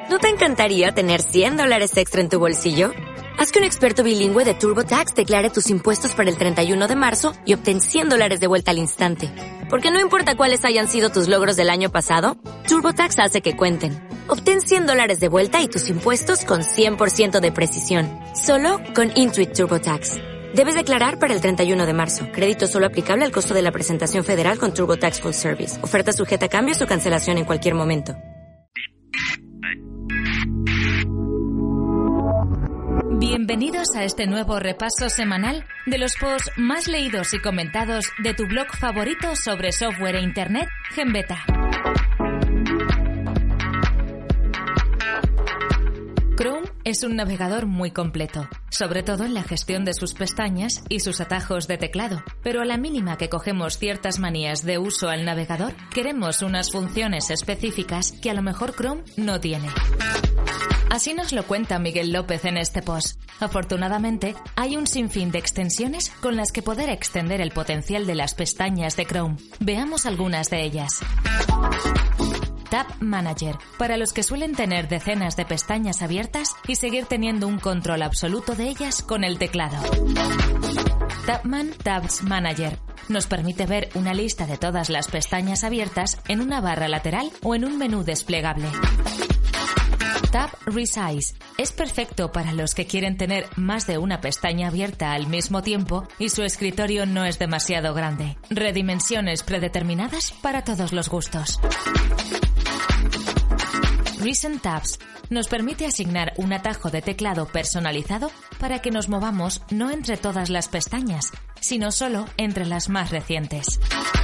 ¿No te encantaría tener $100 extra en tu bolsillo? Haz que un experto bilingüe de TurboTax declare tus impuestos para el 31 de marzo y obtén $100 de vuelta al instante. Porque no importa cuáles hayan sido tus logros del año pasado, TurboTax hace que cuenten. Obtén $100 de vuelta y tus impuestos con 100% de precisión. Solo con Intuit TurboTax. Debes declarar para el 31 de marzo. Crédito solo aplicable al costo de la presentación federal con TurboTax Full Service. Oferta sujeta a cambios o cancelación en cualquier momento. Bienvenidos a este nuevo repaso semanal de los posts más leídos y comentados de tu blog favorito sobre software e internet, GenBeta. Chrome es un navegador muy completo, sobre todo en la gestión de sus pestañas y sus atajos de teclado, pero a la mínima que cogemos ciertas manías de uso al navegador, queremos unas funciones específicas que a lo mejor Chrome no tiene. Así nos lo cuenta Miguel López en este post. Afortunadamente, hay un sinfín de extensiones con las que poder extender el potencial de las pestañas de Chrome. Veamos algunas de ellas. Tab Manager, para los que suelen tener decenas de pestañas abiertas y seguir teniendo un control absoluto de ellas con el teclado. Tabman Tabs Manager nos permite ver una lista de todas las pestañas abiertas en una barra lateral o en un menú desplegable. Tab Resize es perfecto para los que quieren tener más de una pestaña abierta al mismo tiempo y su escritorio no es demasiado grande. Redimensiones predeterminadas para todos los gustos. Recent Tabs nos permite asignar un atajo de teclado personalizado para que nos movamos no entre todas las pestañas, sino solo entre las más recientes.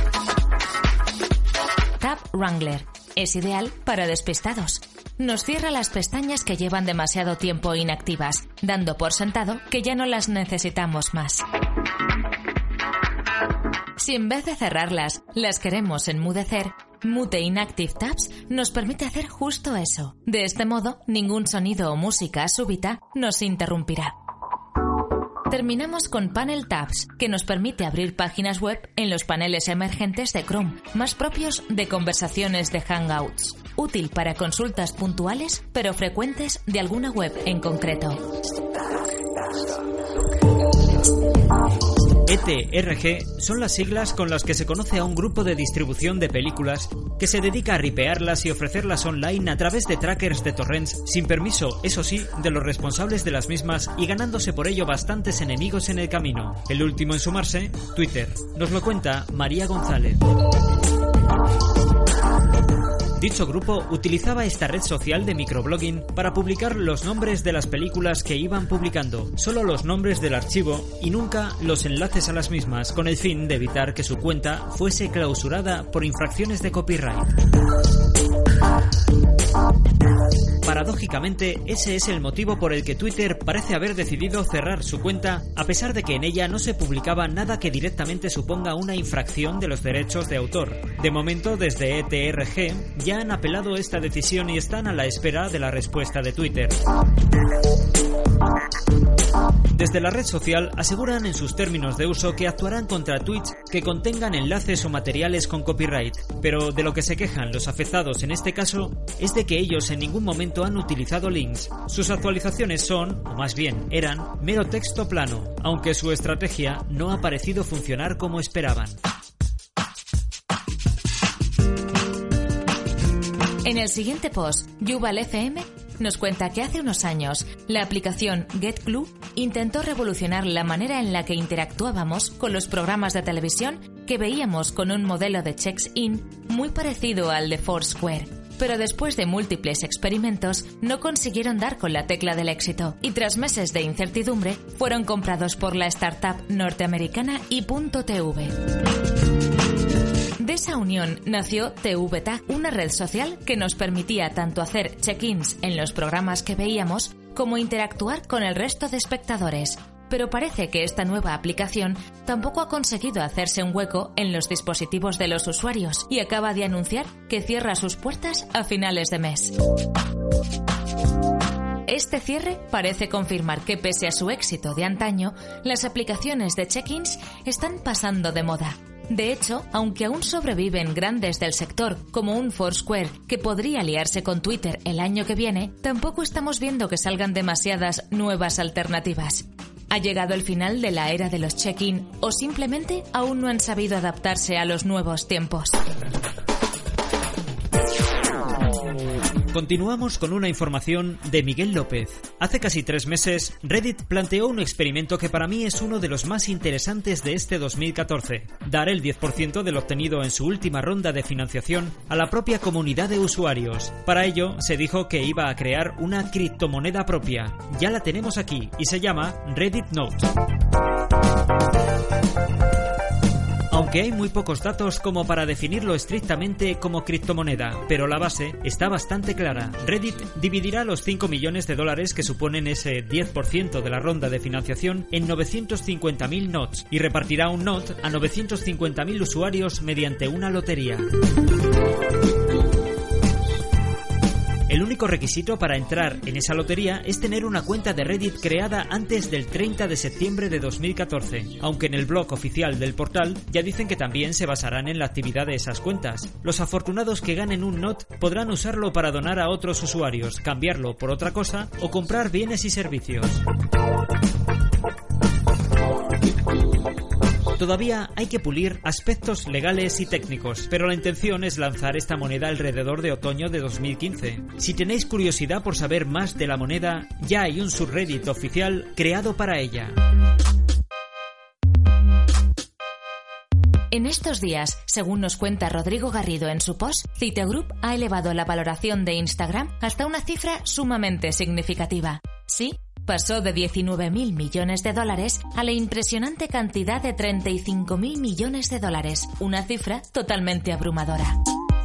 Tab Wrangler es ideal para despistados. Nos cierra las pestañas que llevan demasiado tiempo inactivas, dando por sentado que ya no las necesitamos más. Si en vez de cerrarlas, las queremos enmudecer, Mute Inactive Tabs nos permite hacer justo eso. De este modo, ningún sonido o música súbita nos interrumpirá. Terminamos con Panel Tabs, que nos permite abrir páginas web en los paneles emergentes de Chrome, más propios de conversaciones de Hangouts. Útil para consultas puntuales, pero frecuentes de alguna web en concreto. ETRG son las siglas con las que se conoce a un grupo de distribución de películas que se dedica a ripearlas y ofrecerlas online a través de trackers de torrents sin permiso, eso sí, de los responsables de las mismas y ganándose por ello bastantes enemigos en el camino. El último en sumarse, Twitter. Nos lo cuenta María González. Dicho grupo utilizaba esta red social de microblogging para publicar los nombres de las películas que iban publicando, solo los nombres del archivo y nunca los enlaces a las mismas, con el fin de evitar que su cuenta fuese clausurada por infracciones de copyright. Paradójicamente, ese es el motivo por el que Twitter parece haber decidido cerrar su cuenta, a pesar de que en ella no se publicaba nada que directamente suponga una infracción de los derechos de autor. De momento, desde ETRG ya han apelado esta decisión y están a la espera de la respuesta de Twitter. Desde la red social aseguran en sus términos de uso que actuarán contra tweets que contengan enlaces o materiales con copyright, pero de lo que se quejan los afectados en este caso es de que ellos en ningún momento han utilizado links. Sus actualizaciones son, o más bien eran, mero texto plano, aunque su estrategia no ha parecido funcionar como esperaban. En el siguiente post, Yuval FM nos cuenta que hace unos años la aplicación GetClue intentó revolucionar la manera en la que interactuábamos con los programas de televisión que veíamos con un modelo de checks-in muy parecido al de Foursquare. Pero después de múltiples experimentos no consiguieron dar con la tecla del éxito y tras meses de incertidumbre fueron comprados por la startup norteamericana i.tv. De esa unión nació TVTag, una red social que nos permitía tanto hacer check-ins en los programas que veíamos como interactuar con el resto de espectadores. Pero parece que esta nueva aplicación tampoco ha conseguido hacerse un hueco en los dispositivos de los usuarios y acaba de anunciar que cierra sus puertas a finales de mes. Este cierre parece confirmar que pese a su éxito de antaño, las aplicaciones de check-ins están pasando de moda. De hecho, aunque aún sobreviven grandes del sector como un Foursquare que podría aliarse con Twitter el año que viene, tampoco estamos viendo que salgan demasiadas nuevas alternativas. ¿Ha llegado el final de la era de los check-in o simplemente aún no han sabido adaptarse a los nuevos tiempos? Continuamos con una información de Miguel López. Hace casi 3 meses, Reddit planteó un experimento que para mí es uno de los más interesantes de este 2014. Dar el 10% del obtenido en su última ronda de financiación a la propia comunidad de usuarios. Para ello, se dijo que iba a crear una criptomoneda propia. Ya la tenemos aquí y se llama Reddit Note. Aunque hay muy pocos datos como para definirlo estrictamente como criptomoneda, pero la base está bastante clara. Reddit dividirá los 5 millones de dólares que suponen ese 10% de la ronda de financiación en 950.000 notes y repartirá un note a 950.000 usuarios mediante una lotería. El único requisito para entrar en esa lotería es tener una cuenta de Reddit creada antes del 30 de septiembre de 2014, aunque en el blog oficial del portal ya dicen que también se basarán en la actividad de esas cuentas. Los afortunados que ganen un NOT podrán usarlo para donar a otros usuarios, cambiarlo por otra cosa o comprar bienes y servicios. Todavía hay que pulir aspectos legales y técnicos, pero la intención es lanzar esta moneda alrededor de otoño de 2015. Si tenéis curiosidad por saber más de la moneda, ya hay un subreddit oficial creado para ella. En estos días, según nos cuenta Rodrigo Garrido en su post, Citigroup ha elevado la valoración de Instagram hasta una cifra sumamente significativa. Sí, pasó de 19.000 millones de dólares a la impresionante cantidad de 35.000 millones de dólares, una cifra totalmente abrumadora.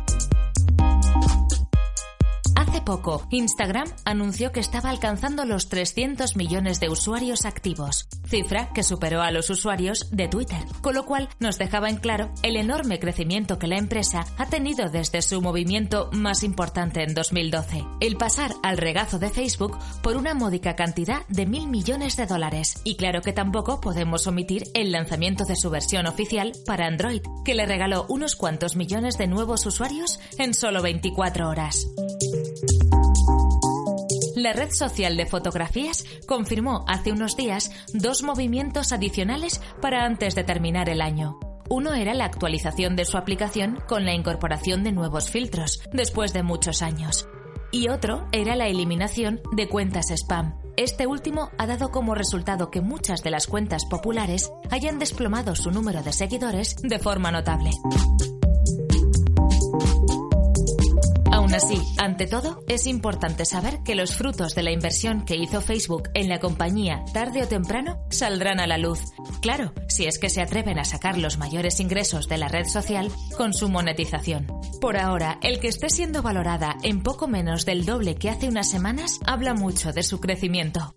Hace poco, Instagram anunció que estaba alcanzando los 300 millones de usuarios activos, cifra que superó a los usuarios de Twitter, con lo cual nos dejaba en claro el enorme crecimiento que la empresa ha tenido desde su movimiento más importante en 2012, el pasar al regazo de Facebook por una módica cantidad de 1.000 millones de dólares. Y claro que tampoco podemos omitir el lanzamiento de su versión oficial para Android, que le regaló unos cuantos millones de nuevos usuarios en solo 24 horas. La red social de fotografías confirmó hace unos días 2 movimientos adicionales para antes de terminar el año. Uno era la actualización de su aplicación con la incorporación de nuevos filtros, después de muchos años. Y otro era la eliminación de cuentas spam. Este último ha dado como resultado que muchas de las cuentas populares hayan desplomado su número de seguidores de forma notable. Aún así, ante todo, es importante saber que los frutos de la inversión que hizo Facebook en la compañía tarde o temprano saldrán a la luz. Claro, si es que se atreven a sacar los mayores ingresos de la red social con su monetización. Por ahora, el que esté siendo valorada en poco menos del doble que hace unas semanas habla mucho de su crecimiento.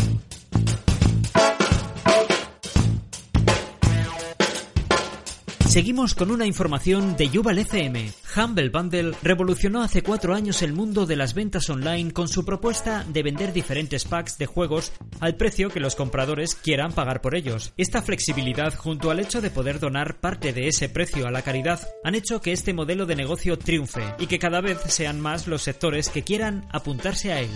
Seguimos con una información de Yuval FM. Humble Bundle revolucionó hace 4 años el mundo de las ventas online con su propuesta de vender diferentes packs de juegos al precio que los compradores quieran pagar por ellos. Esta flexibilidad, junto al hecho de poder donar parte de ese precio a la caridad, han hecho que este modelo de negocio triunfe y que cada vez sean más los sectores que quieran apuntarse a él.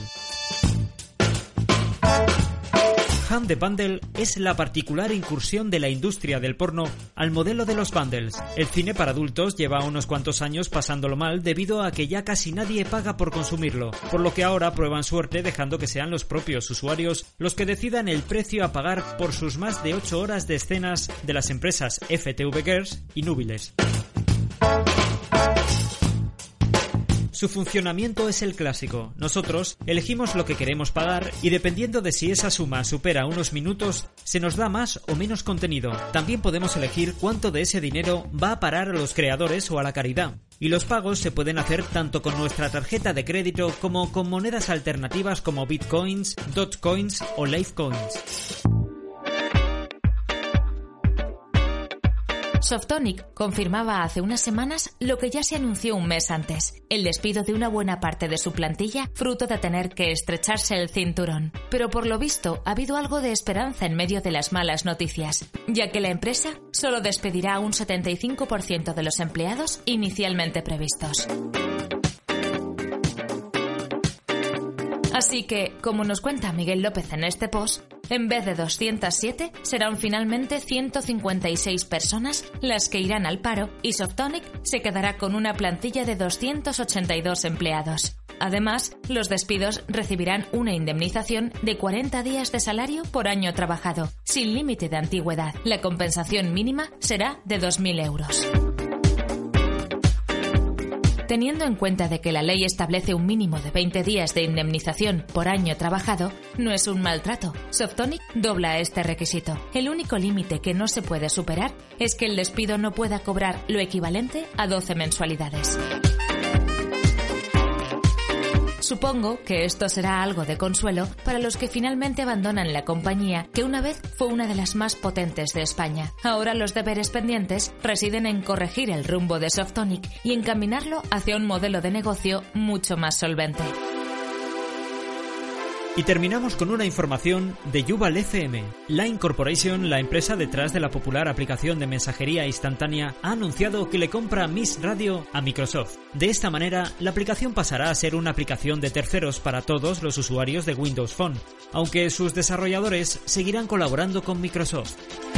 Humble Bundle es la particular incursión de la industria del porno al modelo de los bundles. El cine para adultos lleva unos cuantos años pasándolo mal debido a que ya casi nadie paga por consumirlo, por lo que ahora prueban suerte dejando que sean los propios usuarios los que decidan el precio a pagar por sus más de 8 horas de escenas de las empresas FTV Girls y Núbiles. Su funcionamiento es el clásico. Nosotros elegimos lo que queremos pagar y dependiendo de si esa suma supera unos minutos, se nos da más o menos contenido. También podemos elegir cuánto de ese dinero va a parar a los creadores o a la caridad. Y los pagos se pueden hacer tanto con nuestra tarjeta de crédito como con monedas alternativas como Bitcoins, Dogecoins o Litecoins. Softonic confirmaba hace unas semanas lo que ya se anunció un mes antes, el despido de una buena parte de su plantilla fruto de tener que estrecharse el cinturón. Pero por lo visto ha habido algo de esperanza en medio de las malas noticias, ya que la empresa solo despedirá a un 75% de los empleados inicialmente previstos. Así que, como nos cuenta Miguel López en este post, en vez de 207, serán finalmente 156 personas las que irán al paro y Softonic se quedará con una plantilla de 282 empleados. Además, los despidos recibirán una indemnización de 40 días de salario por año trabajado, sin límite de antigüedad. La compensación mínima será de 2.000 euros. Teniendo en cuenta de que la ley establece un mínimo de 20 días de indemnización por año trabajado, no es un maltrato. Softonic dobla este requisito. El único límite que no se puede superar es que el despido no pueda cobrar lo equivalente a 12 mensualidades. Supongo que esto será algo de consuelo para los que finalmente abandonan la compañía, que una vez fue una de las más potentes de España. Ahora los deberes pendientes residen en corregir el rumbo de Softonic y encaminarlo hacia un modelo de negocio mucho más solvente. Y terminamos con una información de Yuval FM. Line Corporation, la empresa detrás de la popular aplicación de mensajería instantánea, ha anunciado que le compra Miss Radio a Microsoft. De esta manera, la aplicación pasará a ser una aplicación de terceros para todos los usuarios de Windows Phone, aunque sus desarrolladores seguirán colaborando con Microsoft.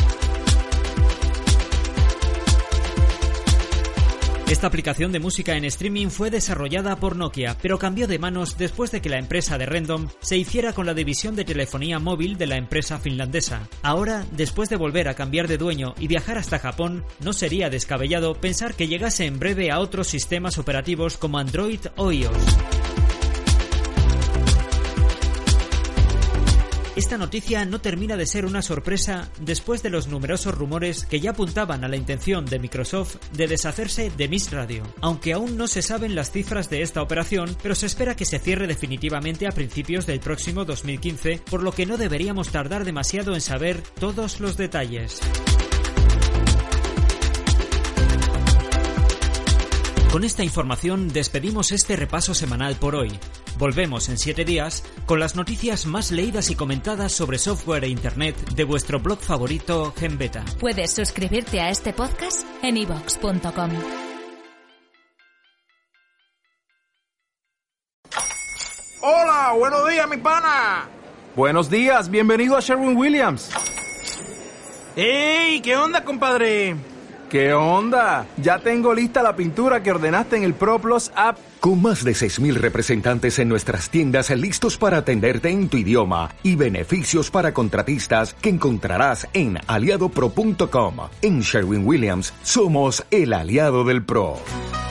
Esta aplicación de música en streaming fue desarrollada por Nokia, pero cambió de manos después de que la empresa de Random se hiciera con la división de telefonía móvil de la empresa finlandesa. Ahora, después de volver a cambiar de dueño y viajar hasta Japón, no sería descabellado pensar que llegase en breve a otros sistemas operativos como Android o iOS. Esta noticia no termina de ser una sorpresa después de los numerosos rumores que ya apuntaban a la intención de Microsoft de deshacerse de Miss Radio. Aunque aún no se saben las cifras de esta operación, pero se espera que se cierre definitivamente a principios del próximo 2015, por lo que no deberíamos tardar demasiado en saber todos los detalles. Con esta información despedimos este repaso semanal por hoy. Volvemos en 7 días con las noticias más leídas y comentadas sobre software e internet de vuestro blog favorito GenBeta. Puedes suscribirte a este podcast en iVoox.com. Hola, buenos días, mi pana. Buenos días, bienvenido a Sherwin-Williams. ¡Ey! ¿Qué onda, compadre? ¿Qué onda? Ya tengo lista la pintura que ordenaste en el ProPlus app. Con más de 6,000 representantes en nuestras tiendas listos para atenderte en tu idioma y beneficios para contratistas que encontrarás en aliadopro.com. En Sherwin-Williams somos el aliado del pro.